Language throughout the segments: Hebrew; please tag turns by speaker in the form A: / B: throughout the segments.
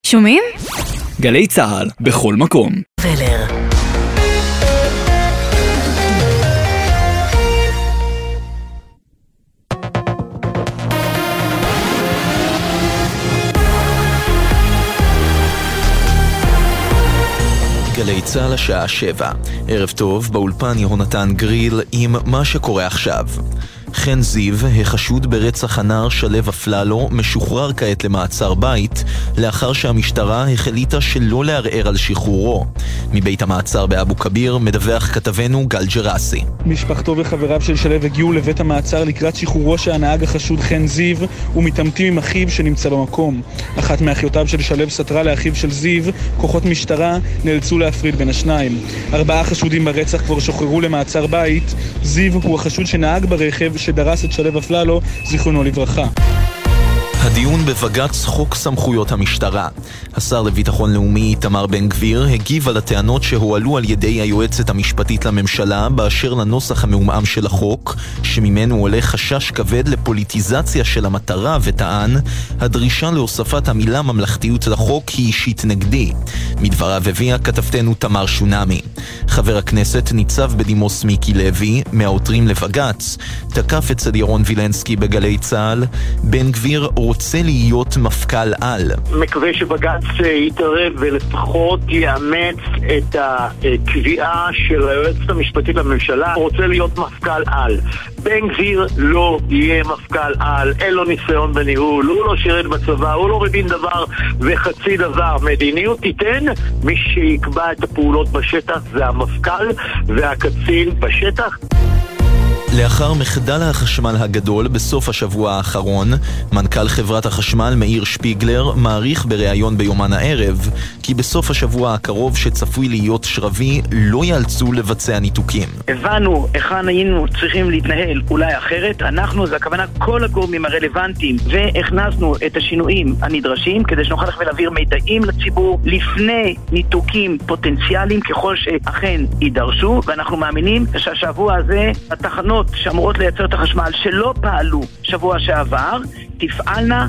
A: שומעים?
B: גלי צהל, בכל מקום.
A: ולר.
C: גלי צהל השעה 7. ערב טוב, באולפן יהונתן גריל עם מה שקורה עכשיו. חן זיו, החשוד ברצח הנער שלו אפללו, משוחרר כעת למעצר בית, לאחר שהמשטרה החליטה שלא לערער על שחרורו. מבית המעצר באבו כביר מדווח כתבנו גל ג'רסי.
D: משפחתו וחבריו של שלו הגיעו לבית המעצר לקראת שחרורו שהנהג החשוד חן זיו, ומתעמתים עם אחיו שנמצא במקום. אחת מאחיותיו של שלו סתרה לאחיו של זיו, כוחות משטרה נאלצו להפריד בין השניים. 4 חשודים ברצח כבר שוחררו למעצר בית. זיו הוא החשוד שנהג ברכב שדרס את שלו אפללו, זיכרונו לברכה.
C: הדיון בבג"ץ חוק סמכויות המשטרה. השר לביטחון לאומי איתמר בן גביר הגיב על הטענות שהועלו על ידי היועצת המשפטית לממשלה באשר לנוסח המעומעם של החוק, שממנו עולה חשש כבד לפוליטיזציה של המטרה, וטען, הדרישה להוספת המילה ממלכתיות לחוק היא אישית נגדי. מדבריו הביאה כתבתנו תמר שונמי. חבר הכנסת ניצב בדימוס מיקי לוי, מהעותרים לבג"ץ, תקף אצל ירון וילנסקי בגלי צהל, בן גביר רוצה להיות מפכ"ל על.
E: מקווה שבג"ץ יתערב ולפחות יאמץ את הקביעה של היועצת המשפטית לממשלה. הוא רוצה להיות מפכ"ל על. בן גביר לא יהיה מפכ"ל על, אין לו ניסיון בניהול, הוא לא שירת בצבא, הוא לא מבין דבר וחצי דבר. מדיניות תיתן, מי שיקבע את הפעולות בשטח זה המפכ"ל והקצין בשטח.
C: לאחר מחדל החשמל הגדול בסוף השבוע האחרון, מנכ"ל חברת החשמל מאיר שפיגלר מעריך בריאיון ביומן הערב כי בסוף השבוע הקרוב שצפוי להיות שרבי לא יאלצו לבצע ניתוקים.
F: הבנו היכן היינו צריכים להתנהל אולי אחרת. אנחנו, זה הכוונה כל הגורמים הרלוונטיים, והכנסנו את השינויים הנדרשים כדי שנוכל להעביר מידעים לציבור לפני ניתוקים פוטנציאליים ככל שאכן יידרשו, ואנחנו מאמינים שהשבוע הזה התחנות שאמורות לייצר את החשמל שלא פעלו שבוע שעבר, תפעלנה.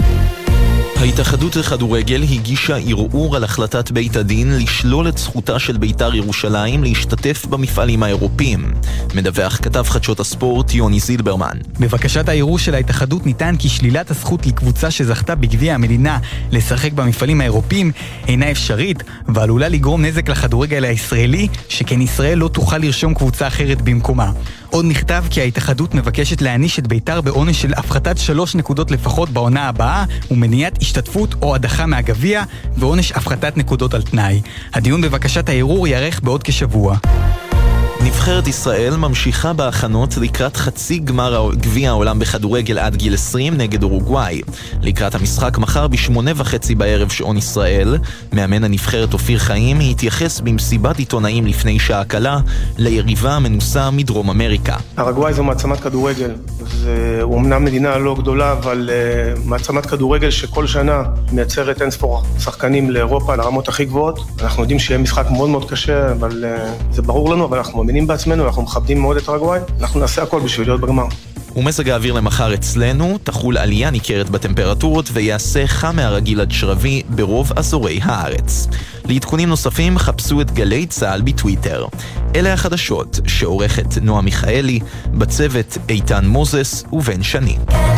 C: ההתאחדות לכדורגל הגישה ערעור על החלטת בית הדין לשלול את זכותה של בית"ר ירושלים להשתתף במפעלים האירופיים. מדווח כתב חדשות הספורט יוני זילברמן.
G: בבקשת הערעור של ההתאחדות נטען כי שלילת הזכות לקבוצה שזכתה בגביע המדינה לשחק במפעלים האירופיים אינה אפשרית, ועלולה לגרום נזק לכדורגל הישראלי, שכן ישראל לא תוכל לרשום קבוצה אחרת במקומה. עוד נכתב כי ההתאחדות מבקשת להעניש את בית"ר בעונש של הפחתת 3 נקודות לפחות בעונה הבאה, ומניעת השתתפות או הדחה מהגביע, ועונש הפחתת נקודות על תנאי. הדיון בבקשת הערעור יארך בעוד כשבוע.
C: נבחרת ישראל ממשיכה בהכנות לקראת חצי גמר גביע העולם בכדורגל עד גיל 20 נגד אורוגוואי. לקראת המשחק מחר ב8:30 בערב שעון ישראל, מאמן הנבחרת אופיר חיים התייחס במסיבת עיתונאים לפני שעה קלה ליריבה המנוסה מדרום אמריקה.
H: אורוגוואי זו מעצמת כדורגל. זה אומנם מדינה לא גדולה, אבל מעצמת כדורגל שכל שנה מייצרת אינספור שחקנים לאירופה לרמות הכי גבוהות. אנחנו יודעים שיהיה משחק מאוד מאוד קשה, אבל זה ברור לנו, אבל אנחנו מאמינים בעצמנו, אנחנו מכבדים מאוד את אורוגוואי, אנחנו נעשה הכל בשביל להיות בגמר.
C: ומזג האוויר למחר אצלנו, תחול עלייה ניכרת בטמפרטורות ויעשה חם מהרגיל עד שרבי ברוב אזורי הארץ. לעדכונים נוספים חפשו את גלי צהל בטוויטר. אלה החדשות שעורכת נועה מיכאלי, בצוות איתן מוזס ובן שני.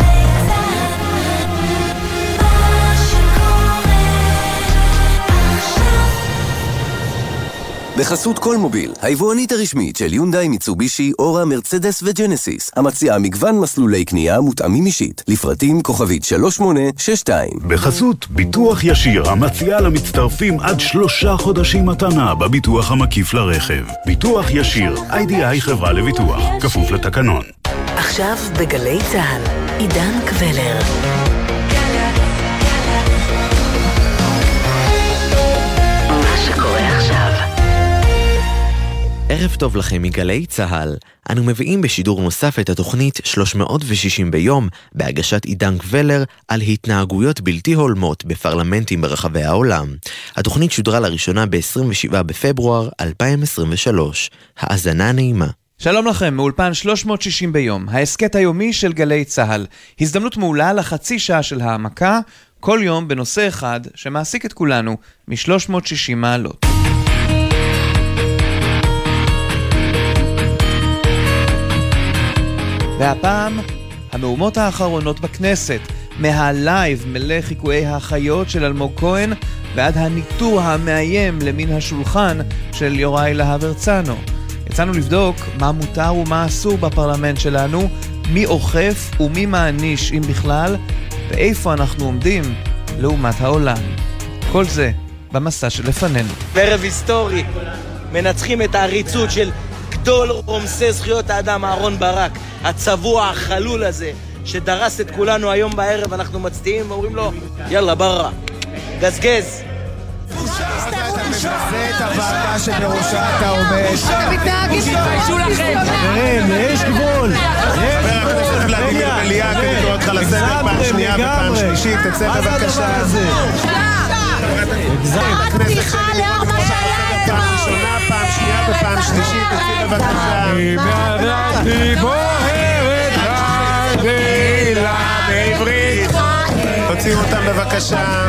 I: בחסות כל מוביל, היבואנית הרשמית של יונדאי, מיצובישי, אורה, מרצדס וג'נסיס, המציעה מגוון מסלולי קנייה מותאמים אישית, לפרטים כוכבית 3862.
J: בחסות ביטוח ישיר, המציעה למצטרפים עד 3 חודשים מתנה בביטוח המקיף לרכב. ביטוח ישיר, IDI חברה לביטוח, כפוף לתקנון.
A: עכשיו בגלי צהל, עידן קבלר.
K: ערב טוב לכם מגלי צהל. אנו מביאים בשידור נוסף את התוכנית 360 ביום, בהגשת עידן קבלר על התנהגויות בלתי הולמות בפרלמנטים ברחבי העולם. התוכנית שודרה לראשונה ב-27 בפברואר 2023. האזנה נעימה.
L: שלום לכם, מאולפן 360 ביום, ההסקט היומי של גלי צהל. הזדמנות מעולה לחצי שעה של העמקה כל יום בנושא אחד שמעסיק את כולנו מ-360 מעלות. והפעם, המהומות האחרונות בכנסת, מהלייב מלא חיקויי החיות של אלמוג כהן ועד הניטור המאיים למין השולחן של יוראי להב הרצנו. יצאנו לבדוק מה מותר ומה אסור בפרלמנט שלנו, מי אוכף ומי מעניש אם בכלל, ואיפה אנחנו עומדים לעומת העולם. כל זה במסע שלפנינו.
M: בערב היסטורי, מנצחים את העריצות של גדול רומסי זכויות האדם אהרון ברק, הצבוע החלול הזה שדרס את כולנו היום בערב. אנחנו מצדיעים ואומרים לו יאללה בררה, גזגז.
N: זה את הוועדה שבראשה אתה עומד. תתביישו לכם. יש גבול.
O: חבר הכנסת ולדימיר בליאק, אני קורא אותך לסדר פעם שנייה ופעם שלישית. תצא בבקשה.
N: פתיחה לאור מה שהיה
O: פעם ראשונה, פעם שנייה ופעם שלישית. תצא בבקשה.
N: מערכתי בוערת רגילה
O: בעברית. תוציאו אותם בבקשה.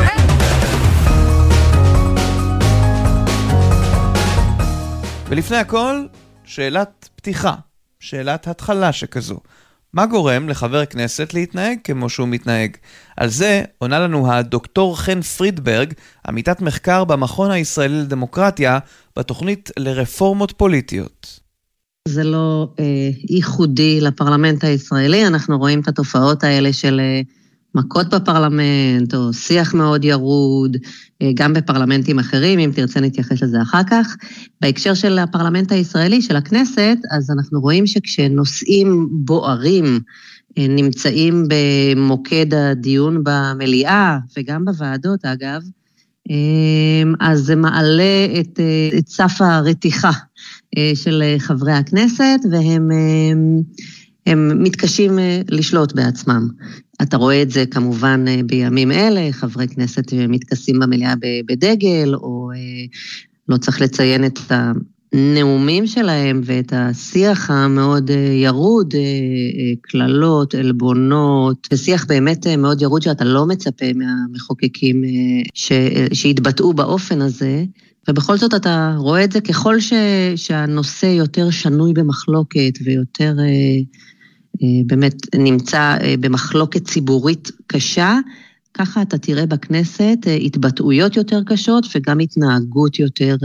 L: ולפני הכל, שאלת פתיחה, שאלת התחלה שכזו. מה גורם לחבר כנסת להתנהג כמו שהוא מתנהג? על זה עונה לנו הדוקטור חן פרידברג, עמיתת מחקר במכון הישראלי לדמוקרטיה, בתוכנית לרפורמות פוליטיות.
P: זה לא ייחודי לפרלמנט הישראלי, אנחנו רואים את התופעות האלה של מכות בפרלמנט, או שיח מאוד ירוד, גם בפרלמנטים אחרים, אם תרצה נתייחס לזה אחר כך. בהקשר של הפרלמנט הישראלי, של הכנסת, אז אנחנו רואים שכשנושאים בוערים נמצאים במוקד הדיון במליאה, וגם בוועדות אגב, אז זה מעלה את סף הרתיחה של חברי הכנסת, והם מתקשים לשלוט בעצמם. אתה רואה את זה כמובן בימים אלה, חברי כנסת מתכסים במליאה בדגל, או לא צריך לציין את הנאומים שלהם, ואת השיח המאוד ירוד, כללות, אלבונות, ושיח באמת מאוד ירוד שאתה לא מצפה מהמחוקקים שהתבטאו באופן הזה, ובכל זאת אתה רואה את זה ככל שהנושא יותר שנוי במחלוקת, ויותר באמת נמצא במחלוקת ציבורית קשה, ככה אתה תראה בכנסת התבטאויות יותר קשות, וגם התנהגות יותר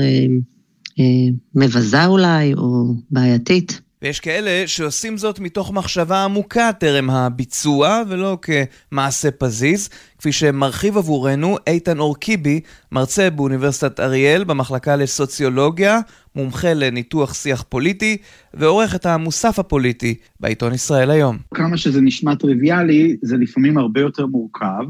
P: מבזה אולי, או בעייתית.
L: ויש כאלה שעושים זאת מתוך מחשבה עמוקה טרם הביצוע, ולא כמעשה פזיז, כפי שמרחיב עבורנו איתן אורקיבי, מרצה באוניברסיטת אריאל במחלקה לסוציולוגיה, מומחה לניתוח שיח פוליטי, ועורך את המוסף הפוליטי בעיתון ישראל היום.
Q: כמה שזה נשמע טריוויאלי, זה לפעמים הרבה יותר מורכב,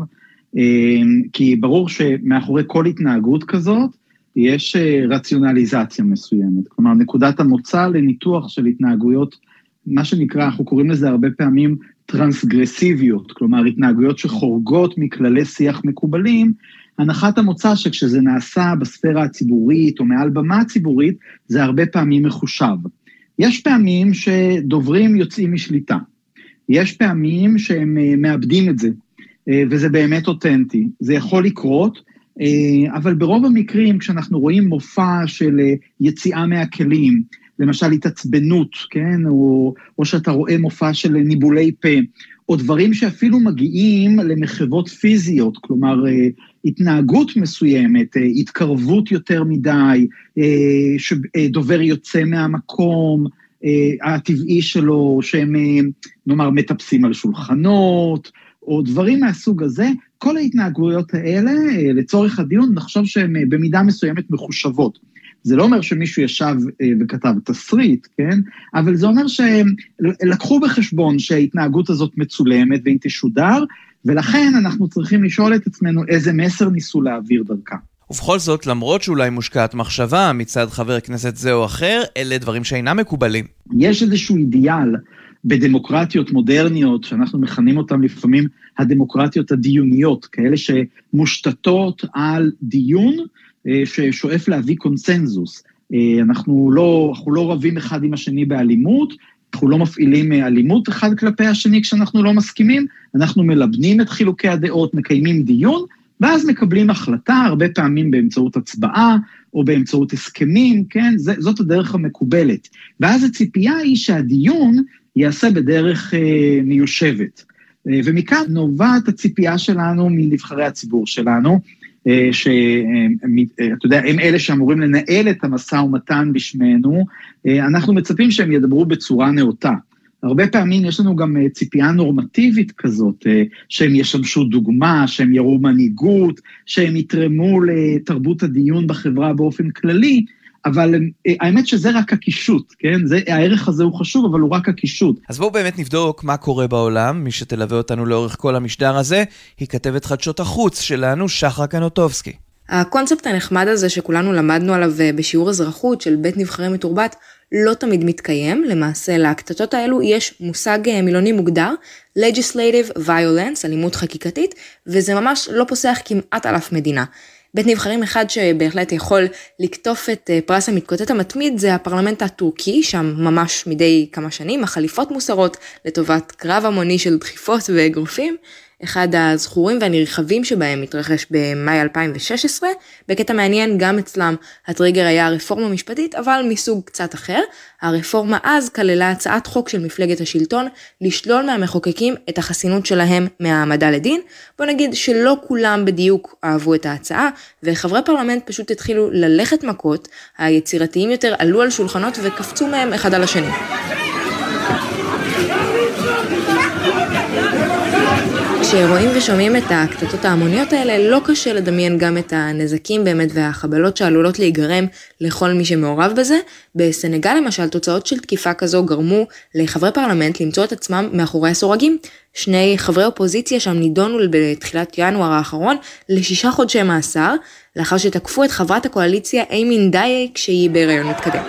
Q: כי ברור שמאחורי כל התנהגות כזאת, יש רציונליזציה מסוימת. כלומר, נקודת המוצא לניתוח של התנהגויות, מה שנקרא, אנחנו קוראים לזה הרבה פעמים טרנסגרסיביות, כלומר, התנהגויות שחורגות מכללי שיח מקובלים, הנחת המוצא שכשזה נעשה בספירה הציבורית או מעל במה הציבורית, זה הרבה פעמים מחושב. יש פעמים שדוברים יוצאים משליטה. יש פעמים שהם מאבדים את זה, וזה באמת אותנטי. זה יכול לקרות, אבל ברוב המקרים, כשאנחנו רואים מופע של יציאה מהכלים, למשל התעצבנות, כן? או שאתה רואה מופע של ניבולי פה, או דברים שאפילו מגיעים למחוות פיזיות, כלומר, התנהגות מסוימת, התקרבות יותר מדי, שדובר יוצא מהמקום, הטבעי שלו, שהם, נאמר, מטפסים על שולחנות, או דברים מהסוג הזה, כל ההתנהגויות האלה, לצורך הדיון, נחשוב שהן במידה מסוימת מחושבות. זה לא אומר שמישהו ישב וכתב תסריט, כן? אבל זה אומר שהם לקחו בחשבון שההתנהגות הזאת מצולמת והיא תשודר, ולכן אנחנו צריכים לשאול את עצמנו איזה מסר ניסו להעביר דרכה.
L: ובכל זאת, למרות שאולי מושקעת מחשבה מצד חבר כנסת זה או אחר, אלה דברים שאינם מקובלים.
Q: יש איזשהו אידיאל בדמוקרטיות מודרניות, שאנחנו מכנים אותם לפעמים הדמוקרטיות הדיוניות, כאלה שמושתתות על דיון ששואף להביא קונסנזוס. אנחנו לא רבים אחד עם השני באלימות, אנחנו לא מפעילים אלימות אחד כלפי השני כשאנחנו לא מסכימים, אנחנו מלבנים את חילוקי הדעות, מקיימים דיון, ואז מקבלים החלטה, הרבה פעמים באמצעות הצבעה, או באמצעות הסכמים, כן? זאת הדרך המקובלת. ואז הציפייה היא שהדיון יעשה בדרך מיושבת. ומכאן נובעת הציפייה שלנו מנבחרי הציבור שלנו, שאתה יודע, הם אלה שאמורים לנהל את המשא ומתן בשמנו, אנחנו מצפים שהם ידברו בצורה נאותה. הרבה פעמים יש לנו גם ציפייה נורמטיבית כזאת, שהם ישמשו דוגמה, שהם יראו מנהיגות, שהם יתרמו לתרבות הדיון בחברה באופן כללי, אבל האמת שזה רק הקישוט, כן? הערך הזה הוא חשוב, אבל הוא רק הקישוט.
L: אז בואו באמת נבדוק מה קורה בעולם. מי שתלווה אותנו לאורך כל המשדר הזה, היא כתבת חדשות החוץ שלנו, שחר קנוטובסקי.
R: הקונספט הנחמד הזה שכולנו למדנו עליו בשיעור אזרחות של בית נבחרי מתורבת, לא תמיד מתקיים. למעשה, להקטטות האלו יש מושג מילוני מוגדר, legislative violence, אלימות חקיקתית, וזה ממש לא פוסח כמעט על אף מדינה. בית נבחרים אחד שבהחלט יכול לקטוף את פרס המתקוטט המתמיד, זה הפרלמנט הטורקי, שם ממש מדי כמה שנים החליפות מוסרות לטובת קרב המוני של דחיפות ואגרופים. אחד הזכורים והנרחבים שבהם מתרחש במאי 2016, בקטע מעניין גם אצלם הטריגר היה הרפורמה משפטית, אבל מסוג קצת אחר. הרפורמה אז כללה הצעת חוק של מפלגת השלטון, לשלול מהמחוקקים את החסינות שלהם מהעמדה לדין. בוא נגיד שלא כולם בדיוק אהבו את ההצעה, וחברי פרלמנט פשוט התחילו ללכת מכות, היצירתיים יותר עלו על שולחנות וקפצו מהם אחד על השני. כשרואים ושומעים את הקטטות ההמוניות האלה, לא קשה לדמיין גם את הנזקים באמת והחבלות שעלולות להיגרם לכל מי שמעורב בזה. בסנגל למשל, תוצאות של תקיפה כזו גרמו לחברי פרלמנט למצוא את עצמם מאחורי הסורגים. 2 חברי אופוזיציה שם נידונו בתחילת ינואר האחרון ל6 חודשי מאסר, לאחר שתקפו את חברת הקואליציה אימין דיי כשהיא בהיריון מתקדם.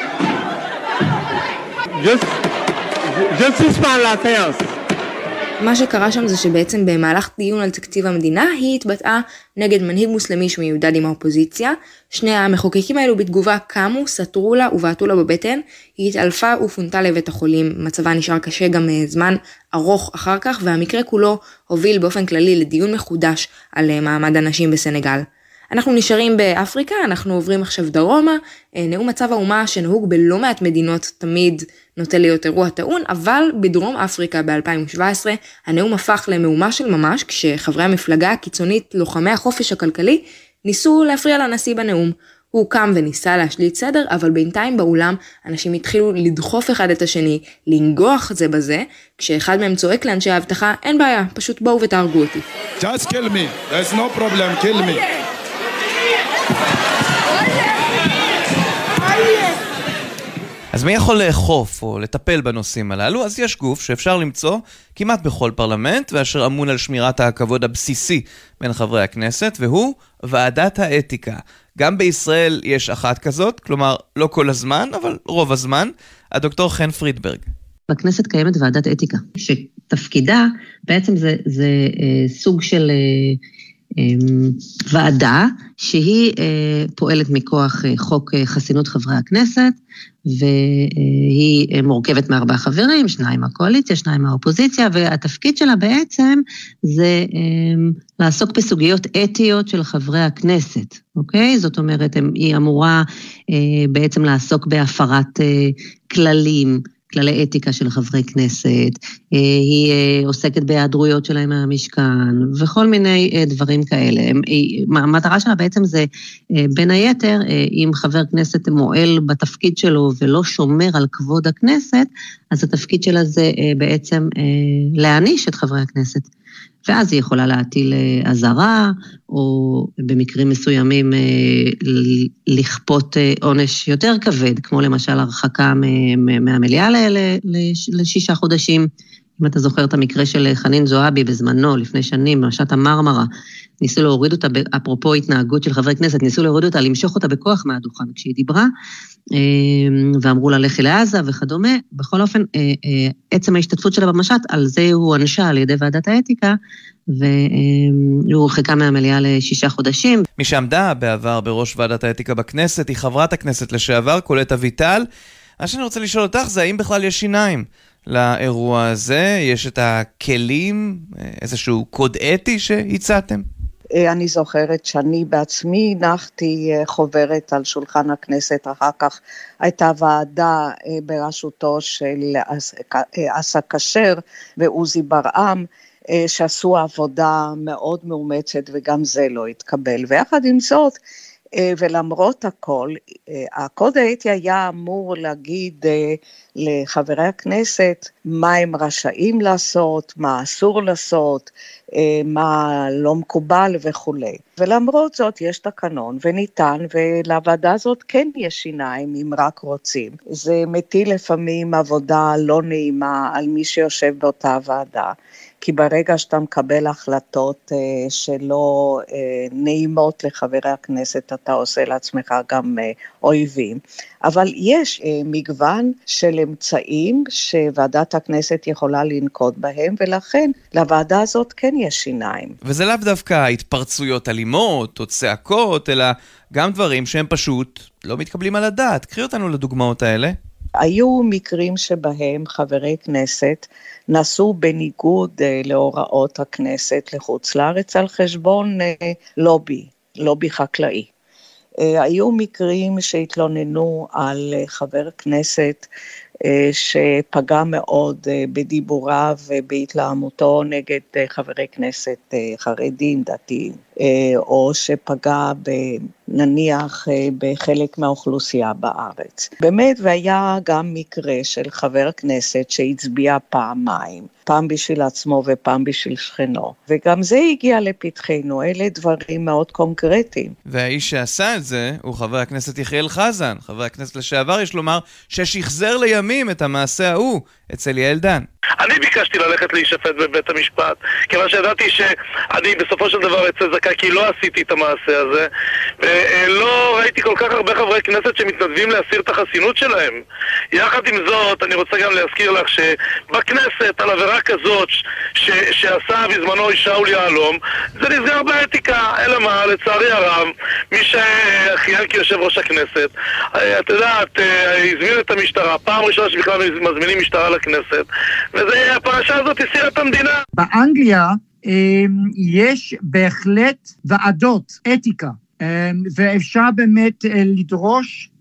R: מה שקרה שם זה שבעצם במהלך דיון על תקציב המדינה, היא התבטאה נגד מנהיג מוסלמי שמיודד עם האופוזיציה. 2 המחוקקים האלו בתגובה קמו, סתרו לה ובעטו לה בבטן. היא התעלפה ופונתה לבית החולים. מצבה נשאר קשה גם זמן ארוך אחר כך, והמקרה כולו הוביל באופן כללי לדיון מחודש על מעמד הנשים בסנגל. אנחנו נשארים באפריקה, אנחנו עוברים עכשיו דרומה. נאום מצב האומה שנהוג בלא מעט מדינות תמיד נוטה להיות אירוע טעון, אבל בדרום אפריקה ב-2017 הנאום הפך למהומה של ממש, כשחברי המפלגה הקיצונית לוחמי החופש הכלכלי ניסו להפריע לנשיא בנאום. הוא קם וניסה להשליט סדר, אבל בינתיים באולם אנשים התחילו לדחוף אחד את השני, לנגוח זה בזה, כשאחד מהם צועק לאנשי ההבטחה, אין בעיה, פשוט בואו ותהרגו אותי.
S: Just kill me, there's no problem, kill me.
L: אז מי יכול לאכוף או לטפל בנושאים הללו? אז יש גוף שאפשר למצוא כמעט בכל פרלמנט, ואשר אמון על שמירת הכבוד הבסיסי בין חברי הכנסת, והוא ועדת האתיקה. גם בישראל יש אחת כזאת, כלומר לא כל הזמן, אבל רוב הזמן. הדוקטור חן פרידברג.
P: בכנסת קיימת ועדת אתיקה, שתפקידה בעצם זה סוג של ועדה שהיא פועלת מכוח חוק חסינות חברי הכנסת, והיא מורכבת מ4 חברים, 2 מהקואליציה, 2 מהאופוזיציה, והתפקיד שלה בעצם זה לעסוק בסוגיות אתיות של חברי הכנסת, אוקיי? זאת אומרת, היא אמורה בעצם לעסוק בהפרת כללים, כללי אתיקה של חברי כנסת, היא עוסקת בהיעדרויות שלהם מהמשכן, וכל מיני דברים כאלה. המטרה שלה בעצם זה, בין היתר, אם חבר כנסת מועל בתפקיד שלו, ולא שומר על כבוד הכנסת, אז התפקיד שלה זה בעצם להעניש את חברי הכנסת. ואז היא יכולה להטיל אזהרה, או במקרים מסוימים לכפות עונש יותר כבד, כמו למשל הרחקה מהמליאה ל6 חודשים. אם אתה זוכר את המקרה של חנין זועבי בזמנו, לפני שנים, במשט המרמרה, ניסו להוריד אותה, אפרופו התנהגות של חברי כנסת, ניסו להוריד אותה, למשוך אותה בכוח מהדוכן כשהיא דיברה, ואמרו לה לכי לעזה וכדומה. בכל אופן, עצם ההשתתפות שלה במשט, על זה הוא ענשה על ידי ועדת האתיקה, והוא הורחקה מהמליאה ל6 חודשים.
L: מי שעמדה בעבר בראש ועדת האתיקה בכנסת, היא חברת הכנסת לשעבר, קולט אביטל. מה שאני רוצה לשאול אותך זה האם בכלל יש שיניים לאירוע הזה, יש את הכלים, איזשהו קוד אתי שהצעתם?
T: אני זוכרת שאני בעצמי הנחתי חוברת על שולחן הכנסת, אחר כך הייתה ועדה בראשותו של אסא כשר ועוזי ברעם, שעשו עבודה מאוד מאומצת וגם זה לא התקבל. ויחד עם זאת, ולמרות הכל, הקוד האתי היה אמור להגיד לחברי הכנסת מה הם רשאים לעשות, מה אסור לעשות, מה לא מקובל וכו'. ולמרות זאת יש תקנון וניתן, ולוועדה הזאת כן יש שיניים אם רק רוצים. זה מטיל לפעמים עבודה לא נעימה על מי שיושב באותה ועדה. כי ברגע שאתה מקבל החלטות שלא נעימות לחברי הכנסת, אתה עושה לעצמך גם אויבים. אבל יש מגוון של אמצעים שוועדת הכנסת יכולה לנקוט בהם, ולכן לוועדה הזאת כן יש שיניים.
L: וזה לאו דווקא התפרצויות אלימות או צעקות, אלא גם דברים שהם פשוט לא מתקבלים על הדעת. קחי אותנו לדוגמאות האלה.
T: היו מקרים שבהם חברי כנסת נסעו בניגוד להוראות הכנסת לחוץ לארץ על חשבון לובי חקלאי. היו מקרים שהתלוננו על חבר כנסת שפגע מאוד בדיבוריו ובהתלהמותו נגד חברי כנסת חרדים דתיים, או שפגע נניח בחלק מהאוכלוסייה בארץ. באמת, והיה גם מקרה של חבר כנסת שהצביע פעמיים, פעם בשביל עצמו ופעם בשביל שכנו, וגם זה הגיע לפתחנו. אלה דברים מאוד קונקרטיים.
L: והאיש שעשה את זה הוא חבר הכנסת יחיאל חזן, חבר הכנסת לשעבר, יש לומר, ששחזר לימים את המעשה ההוא אצל יעל דן.
E: אני ביקשתי ללכת להישפט בבית המשפט, כיוון שידעתי שאני בסופו של דבר אצא זכה, כי לא עשיתי את המעשה הזה, ולא ראיתי כל כך הרבה חברי כנסת שמתנדבים להסיר את החסינות שלהם. יחד עם זאת, אני רוצה גם להזכיר לך שבכנסת, על עבירה כזאת שעשה בזמנו שאול יהלום, זה נסגר באתיקה, אלא מה, לצערי הרב, מי שכיהן כיושב ראש הכנסת, את יודעת, הזמין את המשטרה, פעם ראשונה שבכלל מזמינים משטרה לכנסת, וזה, הפרשה הזאת הסירה את המדינה.
U: באנגליה יש בהחלט ועדות אתיקה, ואפשר באמת לדרוש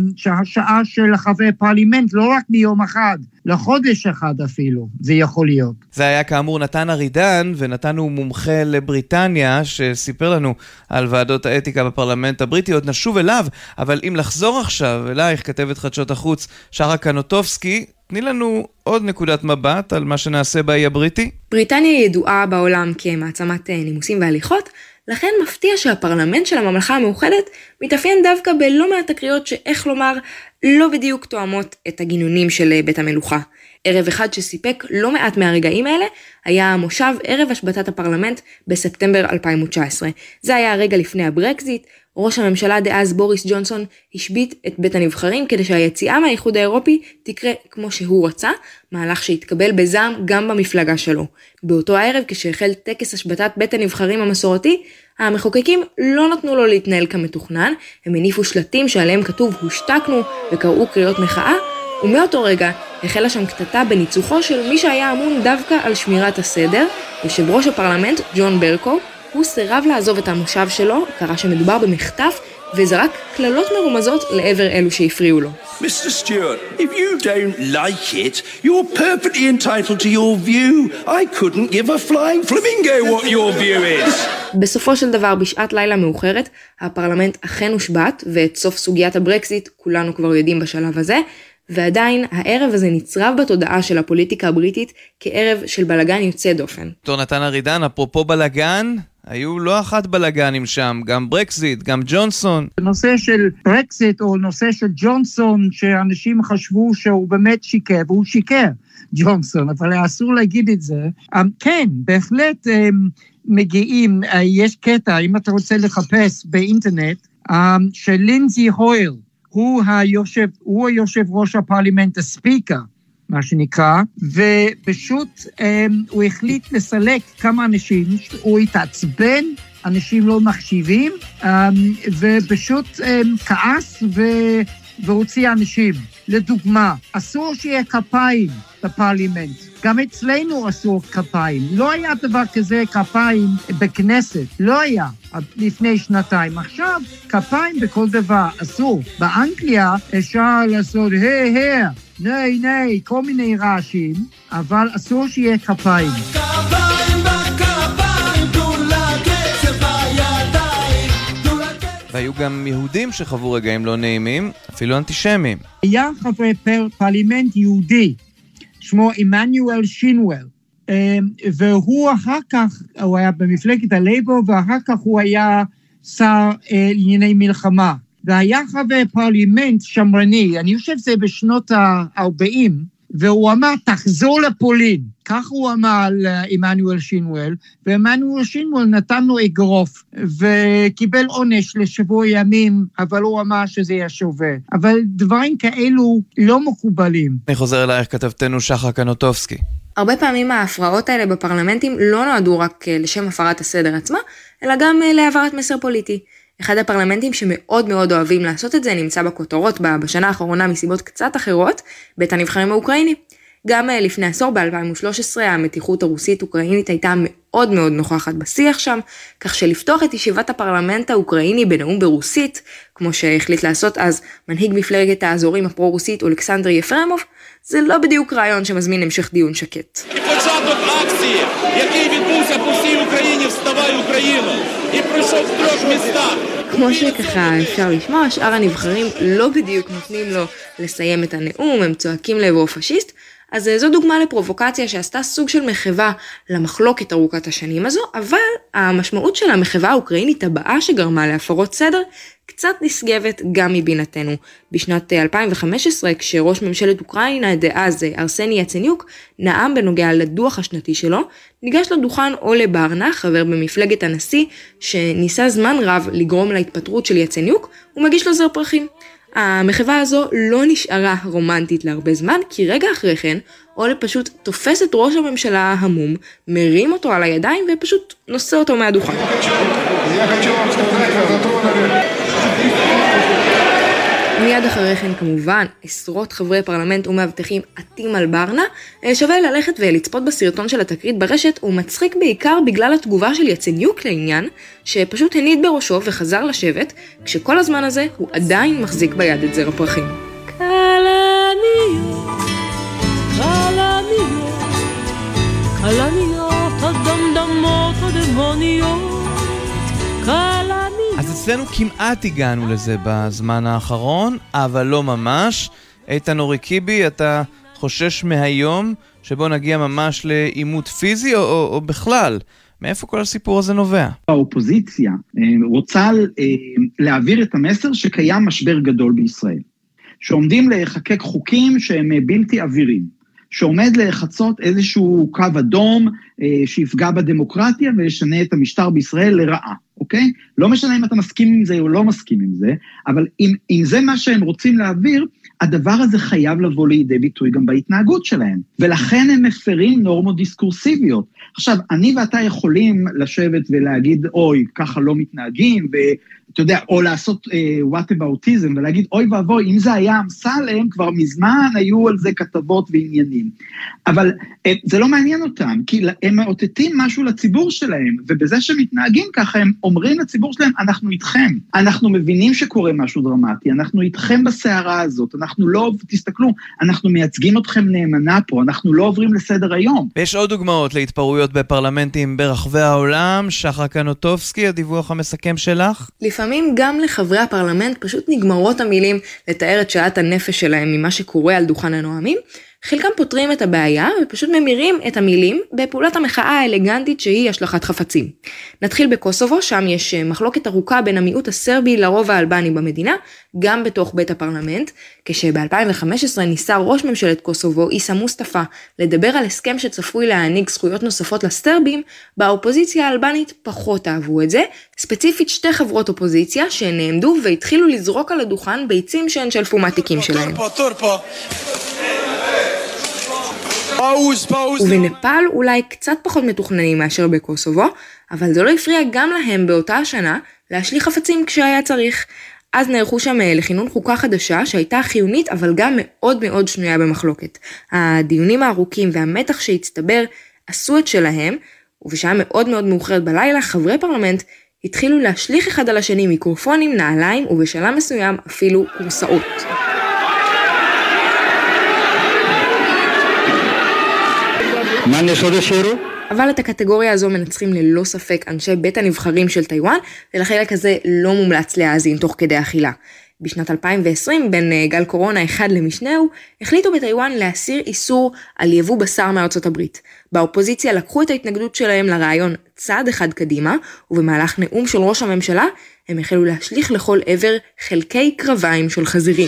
U: שהשעה של חברי פרלימנט לא רק מיום אחד, לחודש אחד אפילו, זה יכול להיות.
L: זה היה כאמור נתן ארידן, ונתן הוא מומחה לבריטניה, שסיפר לנו על ועדות האתיקה בפרלמנט הבריטי. עוד נשוב אליו, אבל אם לחזור עכשיו אלייך, כתבת חדשות החוץ שרה קנוטובסקי, תני לנו עוד נקודת מבט על מה שנעשה באי הבריטי.
R: בריטניה ידועה בעולם כמעצמת נימוסים והליכות, לכן מפתיע שהפרלמנט של הממלכה המאוחדת מתאפיין דווקא בלא מעט תקריות שאיך לומר לא בדיוק תואמות את הגינונים של בית המלוכה. ערב אחד שסיפק לא מעט מהרגעים האלה היה המושב ערב השבתת הפרלמנט בספטמבר 2019. זה היה הרגע לפני הברקזיט. ראש הממשלה דאז בוריס ג'ונסון השביט את בית הנבחרים כדי שהיציאה מהאיחוד האירופי תקרה כמו שהוא רצה, מהלך שהתקבל בזעם גם במפלגה שלו. באותו הערב כשהחל טקס השבתת בית הנבחרים המסורתי, המחוקקים לא נתנו לו להתנהל כמתוכנן, הם הניפו שלטים שעליהם כתוב הושתקנו וקראו קריאות מחאה, ומאותו רגע החלה שם קטטה בניצוחו של מי שהיה אמון דווקא על שמירת הסדר, יושב ראש הפרלמנט ג'ון ברקו. הוא סירב לעזוב את המושב שלו, קרא שמדובר במחטף, וזרק כללות מרומזות לעבר אלו שהפריעו לו.
V: Mr. Stewart, if you don't like it, you're perfectly entitled to your view. I couldn't give a flying flamingo what your view is.
R: בסופו של דבר, בשעת לילה מאוחרת, הפרלמנט אכן הושבת, ואת סוף סוגיית הברקזיט כולנו כבר יודעים בשלב הזה, ועדיין הערב הזה נצרב בתודעה של הפוליטיקה הבריטית כערב של בלגן יוצא דופן.
L: דוקטור נתן ארידן, אפרופו בלגן, היו לא אחת בלגנים שם, גם ברקזיט, גם ג'ונסון.
U: נושא של ברקזיט או נושא של ג'ונסון, שאנשים חשבו שהוא באמת שיקר, והוא שיקר, ג'ונסון, אבל אסור להגיד את זה. כן, בהחלט מגיעים, יש קטע, אם אתה רוצה לחפש באינטרנט, של לינזי הויל, הוא היושב ראש הפרלימנט, הספיקר, מה שנקרא, ופשוט הוא החליט לסלק כמה אנשים, הוא התעצבן, אנשים לא מחשיבים, ופשוט כעס והוציא אנשים. לדוגמה, אסור שיהיה כפיים בפרלימנט. גם אצלנו אסור כפיים. לא היה דבר כזה כפיים בכנסת. לא היה לפני שנתיים. עכשיו, כפיים בכל דבר אסור. באנגליה אפשר לעשות היי, ני, כל מיני רעשים, אבל אסור שיהיה כפיים.
L: והיו גם יהודים שחוו רגעים לא נעימים, אפילו אנטישמים.
U: היה חברי פרלמנט יהודי, שמו עמנואל שינואל, והוא אחר כך, הוא היה במפלגת הלייבור, ואחר כך הוא היה שר לענייני מלחמה. והיה חבר פרלמנט שמרני, אני חושב שזה בשנות ה-40, והוא אמר, תחזור לפולין. כך הוא אמר לעמנואל שינואל, ועמנואל שינואל נתן לו אגרוף, וקיבל עונש לשבוע ימים, אבל הוא אמר שזה היה שווה. אבל דברים כאלו לא מקובלים.
L: אני חוזר אלייך, כתבתנו שחר קנוטובסקי.
R: הרבה פעמים ההפרעות האלה בפרלמנטים לא נועדו רק לשם הפרת הסדר עצמה, אלא גם להעברת מסר פוליטי. אחד הפרלמנטים שמאוד מאוד אוהבים לעשות את זה נמצא בכותרות בשנה האחרונה מסיבות קצת אחרות, בית הנבחרים האוקראיני. גם לפני עשור ב-2013 המתיחות הרוסית-אוקראינית הייתה מאוד מאוד נוכחת בשיח שם, כך שלפתוח את ישיבת הפרלמנט האוקראיני בנאום ברוסית, כמו שהחליט לעשות אז מנהיג מפלגת האזורים הפרו-רוסית אולכסנדר יפרמוב, זה לא בדיוק רעיון שמזמין המשך דיון שקט. כמו שככה אפשר לשמוע, שאר הנבחרים לא בדיוק נותנים לו לסיים את הנאום, הם צועקים לעברו פשיסט, אז זו דוגמה לפרובוקציה שעשתה סוג של מחווה למחלוקת ארוכת השנים הזו, אבל המשמעות של המחווה האוקראינית הבאה שגרמה להפרות סדר, קצת נשגבת גם מבינתנו. בשנת 2015, כשראש ממשלת אוקראינה דאז ארסני יצניוק נאם בנוגע לדוח השנתי שלו, ניגש לדוכן אולה ברנה, חבר במפלגת הנשיא, שניסה זמן רב לגרום להתפטרות של יצניוק, ומגיש לו זר פרחים. המחווה הזו לא נשארה רומנטית להרבה זמן, כי רגע אחרי כן, אולה פשוט תופס את ראש הממשלה המום, מרים אותו על הידיים ופשוט נושא אותו מהדוכן. מיד אחרי כן כמובן, עשרות חברי פרלמנט ומאבטחים עטים על ברנה, שווה ללכת ולצפות בסרטון של התקרית ברשת, הוא מצחיק בעיקר בגלל התגובה של יצניוק לעניין, שפשוט הניד בראשו וחזר לשבת, כשכל הזמן הזה הוא עדיין מחזיק ביד את זר הפרחים.
B: כלניות, הדמדמות הדמוניות,
L: אז אצלנו כמעט הגענו לזה בזמן האחרון, אבל לא ממש. איתן אוריקיבי, אתה חושש מהיום שבו נגיע ממש לעימות פיזי או בכלל? מאיפה כל הסיפור הזה נובע?
Q: האופוזיציה רוצה להעביר את המסר שקיים משבר גדול בישראל, שעומדים לחקק חוקים שהם בלתי עבירים, שעומד לחצות איזשהו קו אדום שיפגע בדמוקרטיה וישנה את המשטר בישראל לרעה, אוקיי? לא משנה אם אתה מסכים עם זה או לא מסכים עם זה, אבל אם זה מה שהם רוצים להעביר, הדבר הזה חייב לבוא לידי ביטוי גם בהתנהגות שלהם, ולכן הם מפרים נורמות דיסקורסיביות. עכשיו, אני ואתה יכולים לשבת ולהגיד, אוי, ככה לא מתנהגים, אתה יודע, או לעשות whataboutism, ולהגיד, אוי ואבוי, אם זה היה אמסלם, כבר מזמן היו על זה כתבות ועניינים. אבל זה לא מעניין אותם, כי הם מאותתים משהו לציבור שלהם, ובזה שמתנהגים ככה, הם אומרים לציבור שלהם, אנחנו איתכם, אנחנו מבינים שקורה משהו דרמטי, אנחנו איתכם בסערה הזאת, אנחנו לא, תסתכלו, אנחנו מייצגים אתכם נאמנה פה, אנחנו לא עוברים לסדר היום.
L: ויש עוד דוגמאות להתפרעויות בפרלמנטים ברחבי העולם. שחר קנוטובסקי, הדיווח המסכם שלך?
R: לפעמים גם לחברי הפרלמנט פשוט נגמרות המילים לתאר את שעת הנפש שלהם ממה שקורה על דוכן הנואמים. חלקם פותרים את הבעיה ופשוט ממירים את המילים בפעולת המחאה האלגנטית שהיא השלכת חפצים. נתחיל בקוסובו, שם יש מחלוקת ארוכה בין המיעוט הסרבי לרוב האלבני במדינה, גם בתוך בית הפרלמנט, כשב-2015 ניסה ראש ממשלת קוסובו, איסה מוסטפה, לדבר על הסכם שצפוי להעניק זכויות נוספות לסרבים, באופוזיציה האלבנית פחות אהבו את זה, ספציפית שתי חברות אופוזיציה שנעמדו והתחילו לזרוק על הדוכן ביצים שהן שלפו מהתיקים שלהם. ובנפאל אולי קצת פחות מתוכננים מאשר בקוסובו, אבל זה לא הפריע גם להם באותה השנה להשליך חפצים כשהיה צריך. אז נערכו שם לכינון חוקה חדשה שהייתה חיונית אבל גם מאוד מאוד שנויה במחלוקת. הדיונים הארוכים והמתח שהצטבר עשו את שלהם, ובשעה מאוד מאוד מאוחרת בלילה חברי פרלמנט התחילו להשליך אחד על השני מיקרופונים, נעליים ובשלב מסוים אפילו קורסאות. אבל את הקטגוריה הזו מנצחים ללא ספק אנשי בית הנבחרים של טיואן, ולחלק הזה לא מומלץ להאזין תוך כדי אכילה. בשנת 2020, בין גל קורונה אחד למשנהו, החליטו בטיואן להסיר איסור על יבוא בשר מארצות הברית. באופוזיציה לקחו את ההתנגדות שלהם לרעיון צעד אחד קדימה, ובמהלך נאום של ראש הממשלה, הם החלו להשליך לכל עבר חלקי קרביים של חזירים.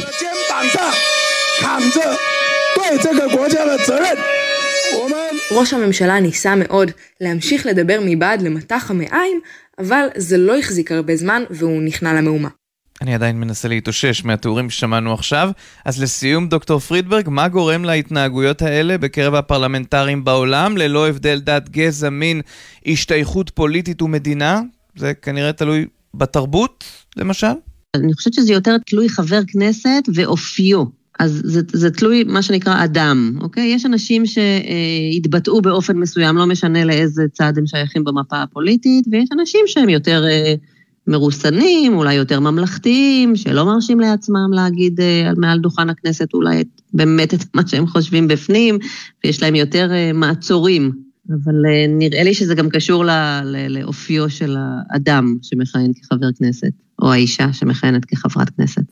R: ראש הממשלה ניסה מאוד להמשיך לדבר מבעד למתח המעיים, אבל זה לא החזיק הרבה זמן והוא נכנע למהומה.
L: אני עדיין מנסה להתאושש מהתיאורים ששמענו עכשיו. אז לסיום, דוקטור פרידברג, מה גורם להתנהגויות האלה בקרב הפרלמנטרים בעולם, ללא הבדל דת, גזע, מין, השתייכות פוליטית ומדינה? זה כנראה תלוי בתרבות, למשל?
P: אני חושבת שזה יותר תלוי חבר כנסת ואופיו. אז זה תלוי מה שנקרא אדם, אוקיי? יש אנשים שהתבטאו באופן מסוים, לא משנה לאיזה צד הם שייכים במפה הפוליטית, ויש אנשים שהם יותר מרוסנים, אולי יותר ממלכתיים, שלא מרשים לעצמם להגיד מעל דוכן הכנסת אולי באמת את מה שהם חושבים בפנים, ויש להם יותר מעצורים. אבל נראה לי שזה גם קשור לאופיו של האדם שמכהן כחבר כנסת, או האישה שמכהנת כחברת כנסת.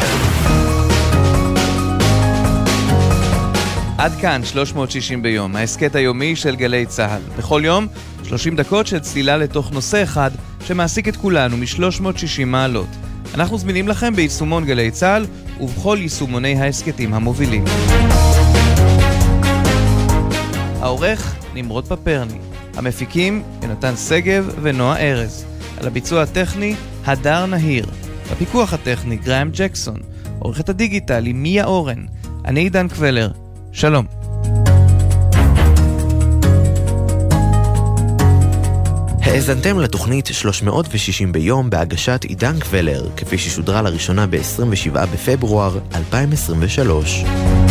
L: עד כאן 360 ביום, ההסקט היומי של גלי צהל. בכל יום, 30 דקות של צלילה לתוך נושא אחד שמעסיק את כולנו מ-360 מעלות. אנחנו זמינים לכם ביישומון גלי צהל ובכל יישומוני ההסקטים המובילים. העורך נמרוד פפרני, המפיקים יונתן סגב ונועה ארז, על הביצוע הטכני הדר נהיר, בפיקוח הטכני גריים ג'קסון, עורכת הדיגיטל היא מיה אורן, אני עידן קבלר. שלום.
K: האזנתם לתוכנית 360 ביום בהגשת עידן קבלר, כפי ששודרה לראשונה ב-27 בפברואר 2023.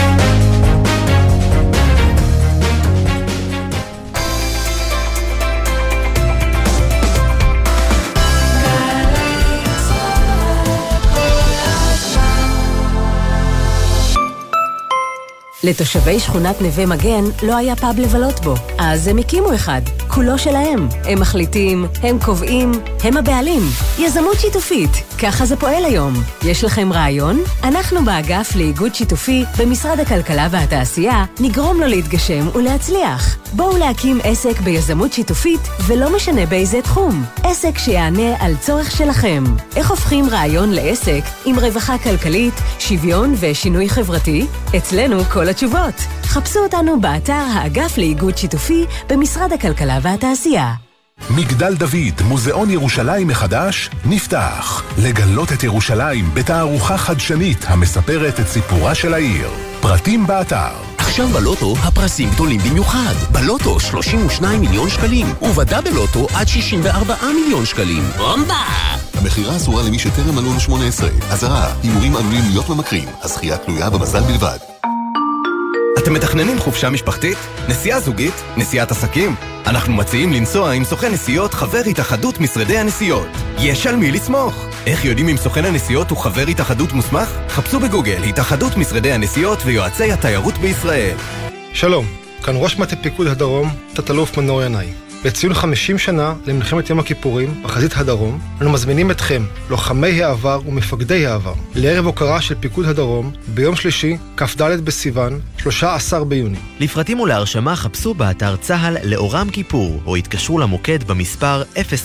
D: לתושבי שכונת נווה מגן לא היה פאב לבלות בו, אז הם הקימו אחד. כולו שלהם. הם מחליטים, הם קובעים, הם הבעלים. יזמות שיתופית, ככה זה פועל היום. יש לכם רעיון? אנחנו באגף לאיגוד שיתופי במשרד הכלכלה והתעשייה נגרום לו להתגשם ולהצליח. בואו להקים עסק ביזמות שיתופית ולא משנה באיזה תחום. עסק שיענה על צורך שלכם. איך הופכים רעיון לעסק עם רווחה כלכלית, שוויון ושינוי חברתי? אצלנו כל התשובות. חפשו אותנו באתר האגף לאיגוד שיתופי במשרד הכלכלה והתעשייה.
F: מגדל דוד, מוזיאון ירושלים מחדש, נפתח. לגלות את ירושלים בתערוכה חדשנית המספרת את סיפורה של העיר. פרטים באתר.
W: עכשיו בלוטו הפרסים גדולים במיוחד. בלוטו 32 מיליון שקלים, ובדאבל לוטו עד 64 מיליון שקלים. בומבה!
X: המחירה אסורה למי שטרם מלאו 18. אזהרה, הימורים עלולים להיות ממכרים. הזכייה תלויה במזל בלבד.
Y: אתם מתכננים חופשה משפחתית? נסיעה זוגית? נסיעת עסקים? אנחנו מציעים לנסוע עם סוכן נסיעות חבר התאחדות משרדי הנסיעות. יש על מי לסמוך. איך יודעים אם סוכן הנסיעות הוא חבר התאחדות מוסמך? חפשו בגוגל התאחדות משרדי הנסיעות ויועצי התיירות בישראל.
Z: שלום, כאן ראש מטה פיקוד הדרום, תת-אלוף מנור ינאי. בציון 50 שנה למלחמת יום הכיפורים בחזית הדרום, אנו מזמינים אתכם, לוחמי העבר ומפקדי העבר, לערב הוקרה של פיקוד הדרום ביום שלישי, כ"ד בסיוון, 13 ביוני.
K: לפרטים ולהרשמה חפשו באתר צהל לאורם כיפור, או התקשרו למוקד במספר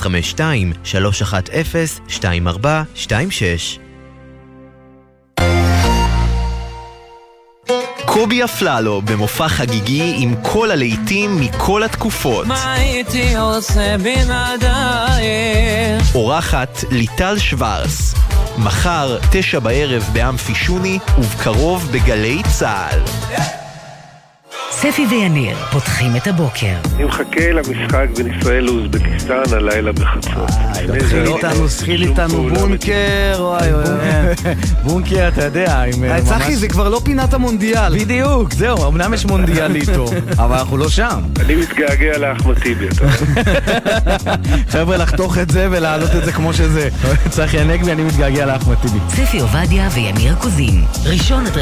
K: 052-310-2426.
C: קובי אפללו במופע חגיגי עם כל הלהיטים מכל התקופות.
B: מה הייתי עושה בלעדייך?
C: אורחת ליטל שוורס. מחר 9 בערב באמפי שוני ובקרוב בגלי צהל.
A: ספי ויניר פותחים את הבוקר.
G: אני מחכה למשחק בין ישראל לאוזבקיסטן הלילה בחצות.
H: שחיל איתנו בונקר, וואי וואי.
I: בונקר, אתה יודע.
H: צחי, זה כבר לא פינת המונדיאל.
I: בדיוק, זהו, אמנם יש מונדיאל איתו, אבל אנחנו לא שם.
G: אני מתגעגע לאחמד טיבי.
I: חבר'ה, לחתוך את זה ולהעלות את זה כמו שזה. צחי הנגבי, אני מתגעגע לאחמד טיבי.
A: ספי עובדיה ויניר קוזין. ראשון